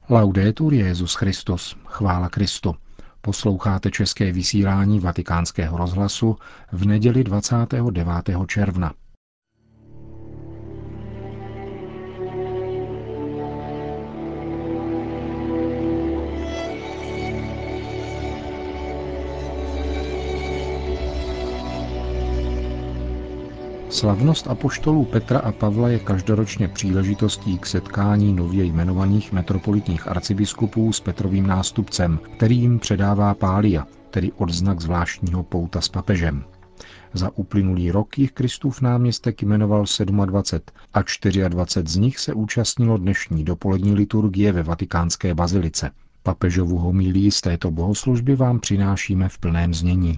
Laudetur Jesus Christus, chvála Kristu. Posloucháte české vysílání Vatikánského rozhlasu v neděli 29. června. Slavnost apoštolů Petra a Pavla je každoročně příležitostí k setkání nově jmenovaných metropolitních arcibiskupů s Petrovým nástupcem, který jim předává pália, tedy odznak zvláštního pouta s papežem. Za uplynulý rok jich Kristův náměstek jmenoval 27 a 24 z nich se účastnilo dnešní dopolední liturgie ve Vatikánské bazilice. Papežovu homilii z této bohoslužby vám přinášíme v plném znění.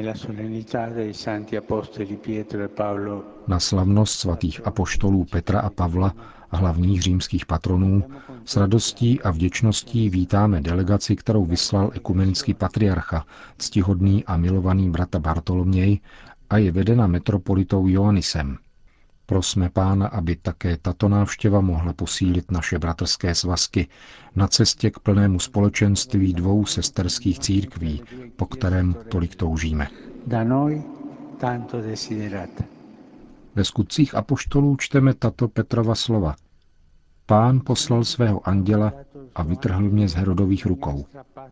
Na slavnost svatých apoštolů Petra a Pavla, hlavních římských patronů, s radostí a vděčností vítáme delegaci, kterou vyslal ekumenický patriarcha, ctihodný a milovaný bratr Bartoloměj, a je vedena metropolitou Ioannisem. Prosme Pána, aby také tato návštěva mohla posílit naše bratrské svazky na cestě k plnému společenství dvou sesterských církví, po kterém tolik toužíme. Ve skutcích apoštolů čteme tato Petrova slova. Pán poslal svého anděla a vytrhl mě z Herodových rukou.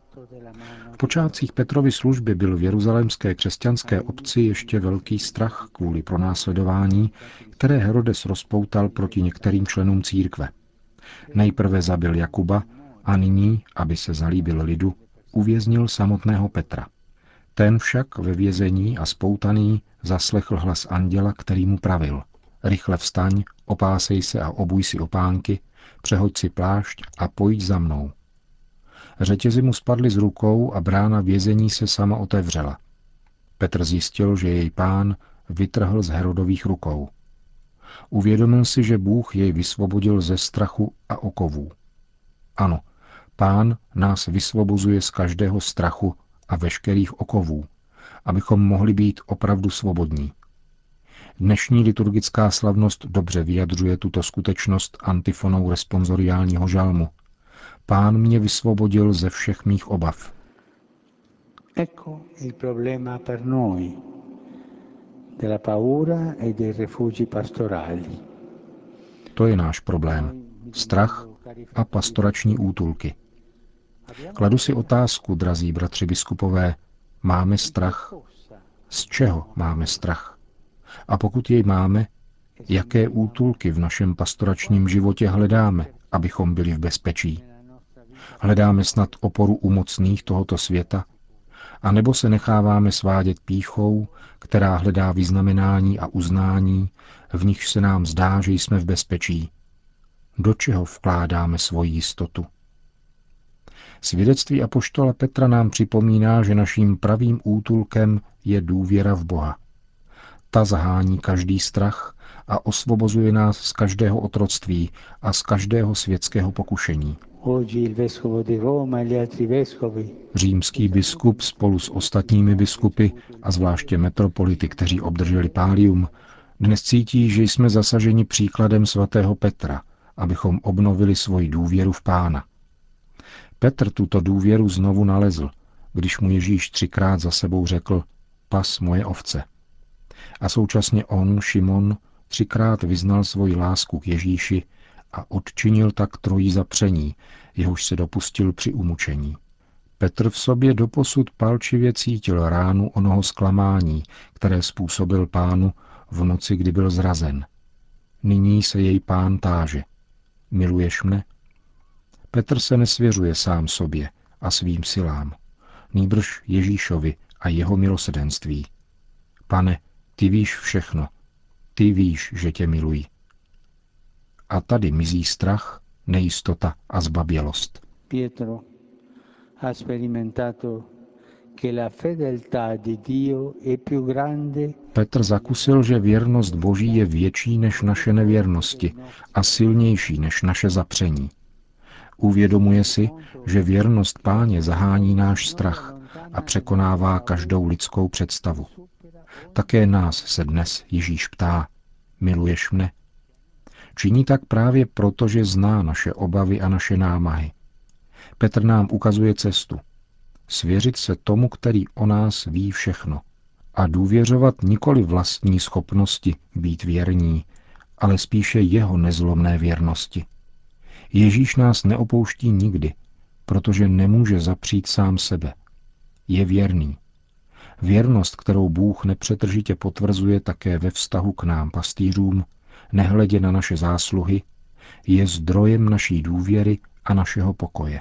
V počátcích Petrovy služby byl v jeruzalémské křesťanské obci ještě velký strach kvůli pronásledování, které Herodes rozpoutal proti některým členům církve. Nejprve zabil Jakuba a nyní, aby se zalíbil lidu, uvěznil samotného Petra. Ten však ve vězení a spoutaný zaslechl hlas anděla, který mu pravil: Rychle vstaň, opásej se a obuj si opánky, přehoď si plášť a pojď za mnou. Řetězy mu spadly z rukou a brána vězení se sama otevřela. Petr zjistil, že jej Pán vytrhl z Herodových rukou. Uvědomil si, že Bůh jej vysvobodil ze strachu a okovů. Ano, Pán nás vysvobozuje z každého strachu a veškerých okovů, abychom mohli být opravdu svobodní. Dnešní liturgická slavnost dobře vyjadřuje tuto skutečnost antifonou responsoriálního žalmu. Pán mě vysvobodil ze všech mých obav. Ecco il problema per noi della paura e dei rifugi pastorali. To je náš problém. Strach a pastorační útulky. Kladu si otázku, drazí bratři biskupové, máme strach? Z čeho máme strach? A pokud jej máme, jaké útulky v našem pastoračním životě hledáme, abychom byli v bezpečí? Hledáme snad oporu u mocných tohoto světa? A nebo se necháváme svádět pýchou, která hledá vyznamenání a uznání, v nichž se nám zdá, že jsme v bezpečí? Do čeho vkládáme svoji jistotu? Svědectví apoštola Petra nám připomíná, že naším pravým útulkem je důvěra v Boha. Ta zahání každý strach a osvobozuje nás z každého otroctví a z každého světského pokušení. Římský biskup spolu s ostatními biskupy a zvláště metropolity, kteří obdrželi pálium, dnes cítí, že jsme zasaženi příkladem svatého Petra, abychom obnovili svoji důvěru v Pána. Petr tuto důvěru znovu nalezl, když mu Ježíš 3krát za sebou řekl: Pas moje ovce. A současně on, Šimon, 3krát vyznal svoji lásku k Ježíši a odčinil tak trojí zapření, jehož se dopustil při umučení. Petr v sobě doposud palčivě cítil ránu onoho zklamání, které způsobil Pánu v noci, kdy byl zrazen. Nyní se jej Pán táže: Miluješ mne? Petr se nesvěřuje sám sobě a svým silám, nýbrž Ježíšovi a jeho milosrdenství. Pane, ty víš všechno, ty víš, že tě miluji. A tady mizí strach, nejistota a zbabělost. Pietro ha sperimentato che la fedeltà di Dio è più grande. Petr zakusil, že věrnost Boží je větší než naše nevěrnosti a silnější než naše zapření. Uvědomuje si, že věrnost Páně zahání náš strach a překonává každou lidskou představu. Také nás se dnes Ježíš ptá: Miluješ mne? Činí tak právě proto, že zná naše obavy a naše námahy. Petr nám ukazuje cestu. Svěřit se tomu, který o nás ví všechno. A důvěřovat nikoli vlastní schopnosti být věrní, ale spíše jeho nezlomné věrnosti. Ježíš nás neopouští nikdy, protože nemůže zapřít sám sebe. Je věrný. Věrnost, kterou Bůh nepřetržitě potvrzuje také ve vztahu k nám pastýřům, nehledě na naše zásluhy, je zdrojem naší důvěry a našeho pokoje.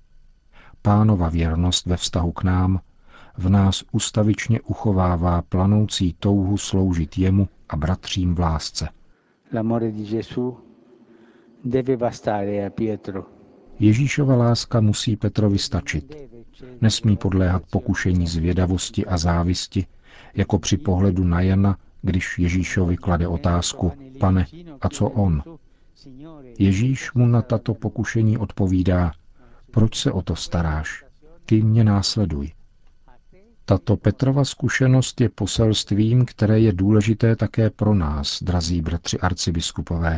Pánova věrnost ve vztahu k nám v nás ustavičně uchovává planoucí touhu sloužit jemu a bratřím v lásce. L'amore di Gesù deve bastare a Pietro. Ježíšova láska musí Petrovi stačit. Nesmí podléhat pokušení zvědavosti a závisti, jako při pohledu na Jana, když Ježíšovi klade otázku: Pane, a co on? Ježíš mu na tato pokušení odpovídá: Proč se o to staráš? Ty mě následuj. Tato Petrova zkušenost je poselstvím, které je důležité také pro nás, drazí bratři arcibiskupové.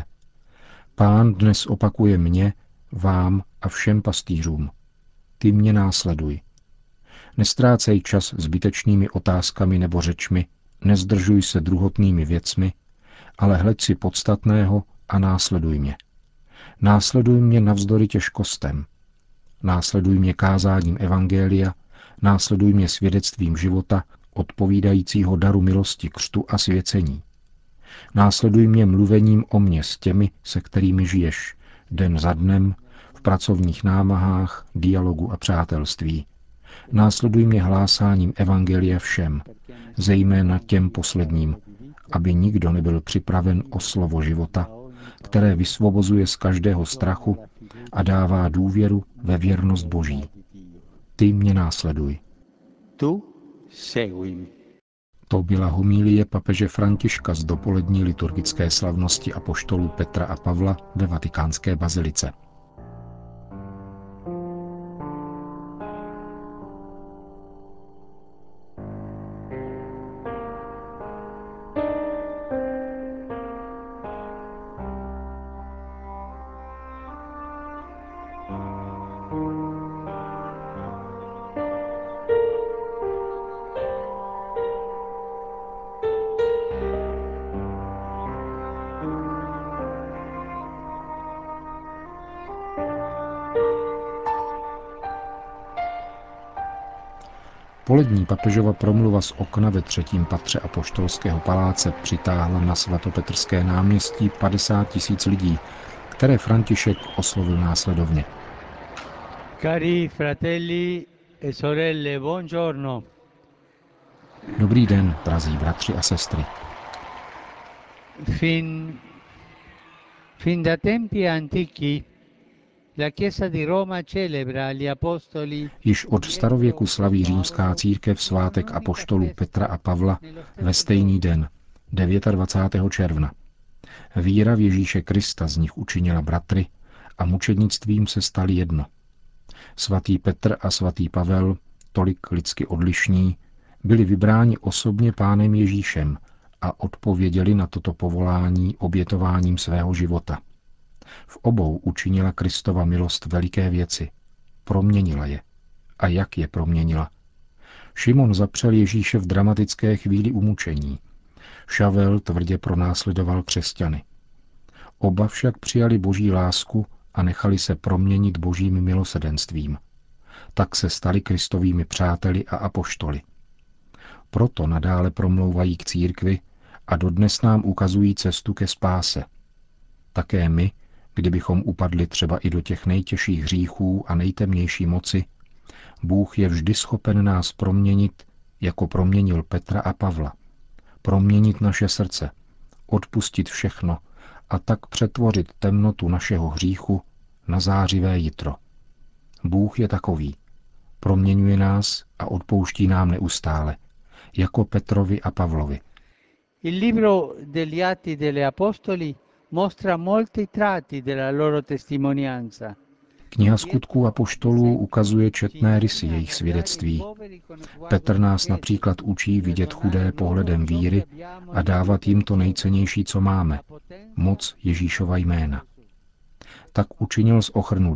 Pán dnes opakuje mně, vám a všem pastýřům: Ty mě následuj. Nestrácej čas zbytečnými otázkami nebo řečmi, nezdržuj se druhotnými věcmi, ale hleď si podstatného a následuj mě. Následuj mě navzdory těžkostem. Následuj mě kázáním evangelia, následuj mě svědectvím života, odpovídajícího daru milosti, křtu a svěcení. Následuj mě mluvením o mně s těmi, se kterými žiješ, den za dnem, v pracovních námahách, dialogu a přátelství. Následuj mě hlásáním evangelia všem, zejména těm posledním, aby nikdo nebyl připraven o slovo života, které vysvobozuje z každého strachu a dává důvěru ve věrnost Boží. Ty mě následuj. To byla homilie papeže Františka z dopolední liturgické slavnosti apoštolů Petra a Pavla ve Vatikánské bazilice. Polední papežova promluva z okna ve 3. patře apoštolského paláce přitáhla na svatopetrské náměstí 50 000 lidí, které František oslovil následovně. Cari fratelli e sorelle, buongiorno. Dobrý den, drazí bratři a sestry. Fin da tempi antichi la Chiesa di Roma celebra gli apostoli. Již od starověku slaví římská církev svátek apoštolů Petra a Pavla ve stejný den, 29. června. Víra v Ježíše Krista z nich učinila bratry a mučednictvím se stali jedno. Svatý Petr a svatý Pavel, tolik lidsky odlišní, byli vybráni osobně Pánem Ježíšem a odpověděli na toto povolání obětováním svého života. V obou učinila Kristova milost veliké věci. Proměnila je. A jak je proměnila? Šimon zapřel Ježíše v dramatické chvíli umučení. Šavel tvrdě pronásledoval křesťany. Oba však přijali Boží lásku a nechali se proměnit Božím milosrdenstvím. Tak se stali Kristovými přáteli a apoštoly. Proto nadále promlouvají k církvi a dodnes nám ukazují cestu ke spáse. Také my, kdybychom upadli třeba i do těch nejtěžších hříchů a nejtemnější moci, Bůh je vždy schopen nás proměnit, jako proměnil Petra a Pavla. Proměnit naše srdce, odpustit všechno a tak přetvořit temnotu našeho hříchu na zářivé jitro. Bůh je takový. Proměňuje nás a odpouští nám neustále, jako Petrovi a Pavlovi. Il libro degli Atti degli Apostoli mostra molti tratti della loro testimonianza. Kniha Skutků apoštolů ukazuje četné rysy jejich svědectví. Petr nás například učí vidět chudé pohledem víry a dávat jim to nejcennější, co máme, moc Ježíšova jména. Tak učinil s ochrnulým,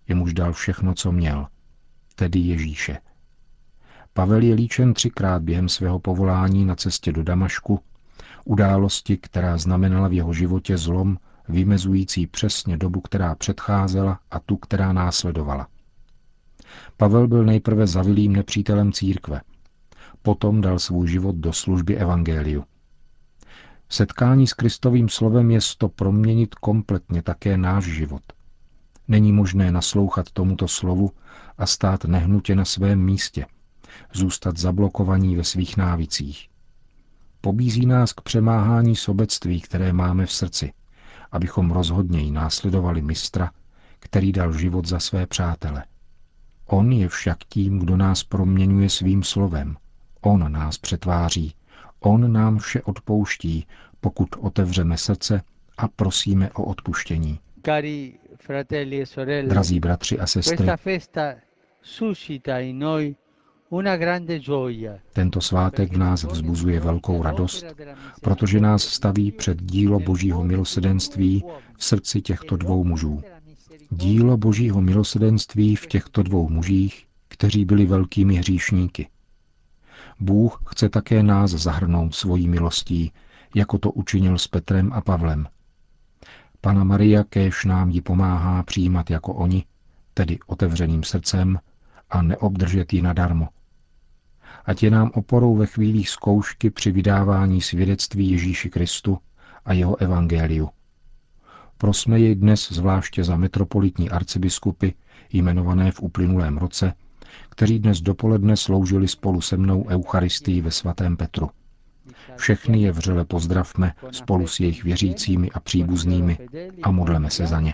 jemuž dal všechno, co měl, tedy Ježíše. Pavel je líčen 3krát během svého povolání na cestě do Damašku, události, která znamenala v jeho životě zlom, vymezující přesně dobu, která předcházela a tu, která následovala. Pavel byl nejprve zavilým nepřítelem církve, potom dal svůj život do služby evangeliu. Setkání s Kristovým slovem je to proměnit kompletně také náš život. Není možné naslouchat tomuto slovu a stát nehnutě na svém místě, zůstat zablokovaní ve svých návicích. Pobízí nás k přemáhání sobectví, které máme v srdci, abychom rozhodněji následovali mistra, který dal život za své přátele. On je však tím, kdo nás proměňuje svým slovem. On nás přetváří. On nám vše odpouští, pokud otevřeme srdce a prosíme o odpuštění. Cari fratelli e sorelle, Drazí bratři a sestry, questa festa suscita in noi una grande gioia. tento svátek v nás vzbuzuje velkou radost, protože nás staví před dílo Božího milosrdenství v srdci těchto dvou mužů. Dílo Božího milosrdenství v těchto dvou mužích, kteří byli velkými hříšníky. Bůh chce také nás zahrnout svojí milostí, jako to učinil s Petrem a Pavlem. Panna Maria kéž nám ji pomáhá přijímat jako oni, tedy otevřeným srdcem, a neobdržet ji nadarmo. Ať je nám oporou ve chvílích zkoušky při vydávání svědectví Ježíši Kristu a jeho evangeliu. Prosme jej dnes zvláště za metropolitní arcibiskupy, jmenované v uplynulém roce, kteří dnes dopoledne sloužili spolu se mnou Eucharistii ve svatém Petru. Všechny je vřele pozdravme spolu s jejich věřícími a příbuznými a modleme se za ně.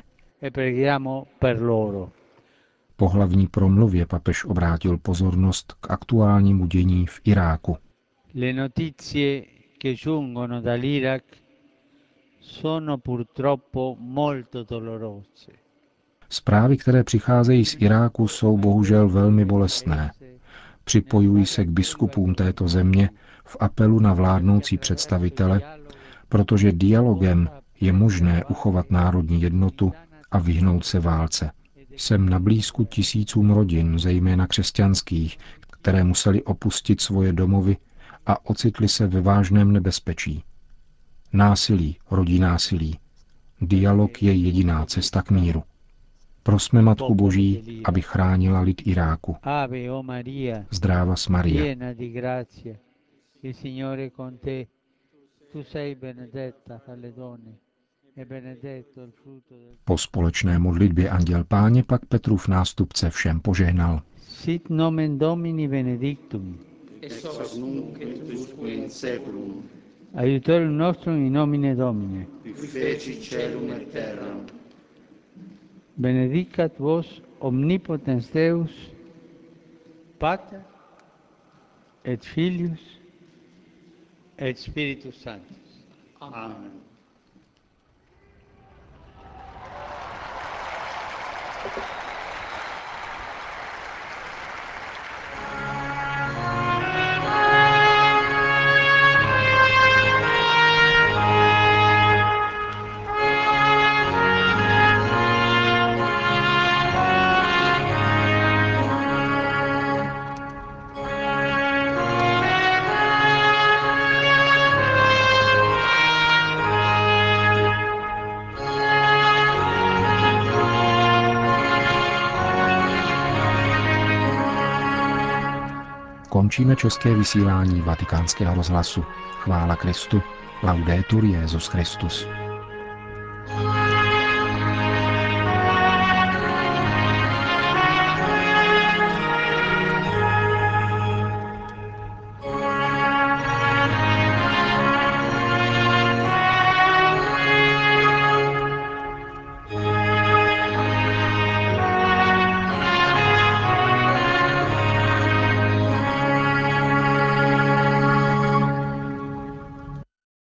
Po hlavní promluvě papež obrátil pozornost k aktuálnímu dění v Iráku. Le notizie che giungono dall'Iraq sono purtroppo molto dolorose. Zprávy, které přicházejí z Iráku, jsou bohužel velmi bolestné. Připojují se k biskupům této země v apelu na vládnoucí představitele, protože dialogem je možné uchovat národní jednotu a vyhnout se válce. Jsem na blízku tisícům rodin, zejména křesťanských, které museli opustit svoje domovy a ocitli se ve vážném nebezpečí. Násilí rodí násilí. Dialog je jediná cesta k míru. Prosme Matku Boží, aby chránila lid Iráku. Zdráva Maria. Po společné modlitbě Anděl Páně pak Petrův nástupce všem požehnal. Sit nomen Domini benedictum. Ex hoc nunc et usque in seculum. Aiutorium nostrum in nomine Domini. Qui feci caelum et terram. Benedicat vos omnipotens Deus, Pater et Filius et Spiritus Sanctus. Amen. Končíme české vysílání Vatikánského rozhlasu. Chvála Kristu. Laudetur Jesus Christus.